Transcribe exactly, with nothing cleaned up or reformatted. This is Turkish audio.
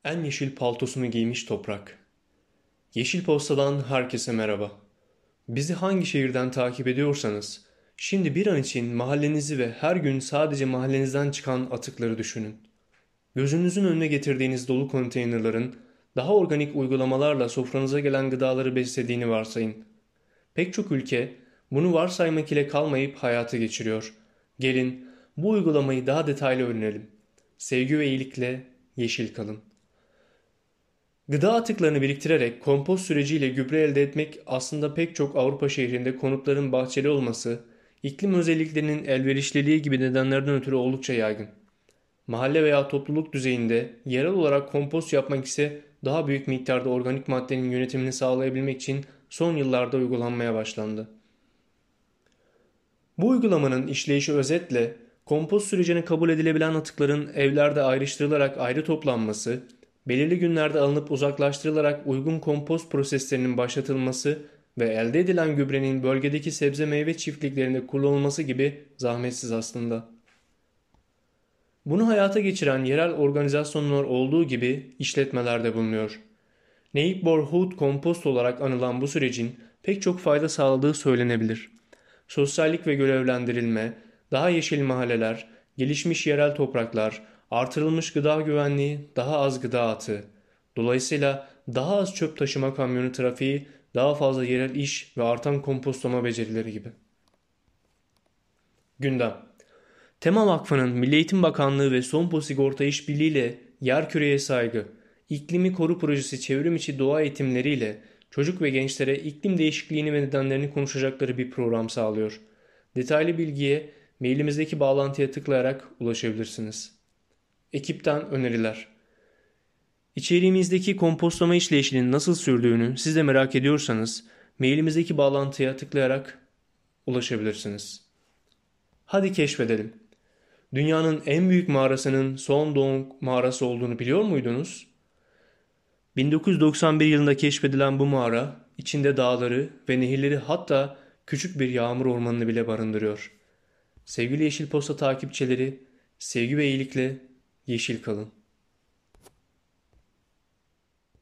En yeşil paltosunu giymiş toprak. Yeşil Posta'dan herkese merhaba. Bizi hangi şehirden takip ediyorsanız, şimdi bir an için mahallenizi ve her gün sadece mahallenizden çıkan atıkları düşünün. Gözünüzün önüne getirdiğiniz dolu konteynerların daha organik uygulamalarla sofranıza gelen gıdaları beslediğini varsayın. Pek çok ülke bunu varsaymak ile kalmayıp hayata geçiriyor. Gelin bu uygulamayı daha detaylı öğrenelim. Sevgi ve iyilikle yeşil kalın. Gıda atıklarını biriktirerek kompost süreciyle gübre elde etmek aslında pek çok Avrupa şehrinde konutların bahçeli olması, iklim özelliklerinin elverişliliği gibi nedenlerden ötürü oldukça yaygın. Mahalle veya topluluk düzeyinde yerel olarak kompost yapmak ise daha büyük miktarda organik maddenin yönetimini sağlayabilmek için son yıllarda uygulanmaya başlandı. Bu uygulamanın işleyişi özetle kompost sürecine kabul edilebilen atıkların evlerde ayrıştırılarak ayrı toplanması, belirli günlerde alınıp uzaklaştırılarak uygun kompost proseslerinin başlatılması ve elde edilen gübrenin bölgedeki sebze meyve çiftliklerinde kullanılması gibi zahmetsiz aslında. Bunu hayata geçiren yerel organizasyonlar olduğu gibi işletmeler de bulunuyor. Neighborhood Compost olarak anılan bu sürecin pek çok fayda sağladığı söylenebilir. Sosyallik ve görevlendirilme, daha yeşil mahalleler, gelişmiş yerel topraklar, artırılmış gıda güvenliği, daha az gıda atığı. Dolayısıyla daha az çöp taşıma kamyonu trafiği, daha fazla yerel iş ve artan kompostlama becerileri gibi. Gündem. Tema Vakfı'nın Milli Eğitim Bakanlığı ve Sompo Sigorta İşbirliği ile Yerküreye Saygı, İklimi Koru Projesi çevrim içi doğa eğitimleriyle çocuk ve gençlere iklim değişikliğini ve nedenlerini konuşacakları bir program sağlıyor. Detaylı bilgiye mailimizdeki bağlantıya tıklayarak ulaşabilirsiniz. Ekipten öneriler. İçeriğimizdeki kompostlama işleyişinin nasıl sürdüğünü siz de merak ediyorsanız mailimizdeki bağlantıya tıklayarak ulaşabilirsiniz. Hadi keşfedelim. Dünyanın en büyük mağarasının Son Doong mağarası olduğunu biliyor muydunuz? bin dokuz yüz doksan bir yılında keşfedilen bu mağara, içinde dağları ve nehirleri hatta küçük bir yağmur ormanını bile barındırıyor. Sevgili Yeşil Posta takipçileri, sevgi ve iyilikle yeşil kalın.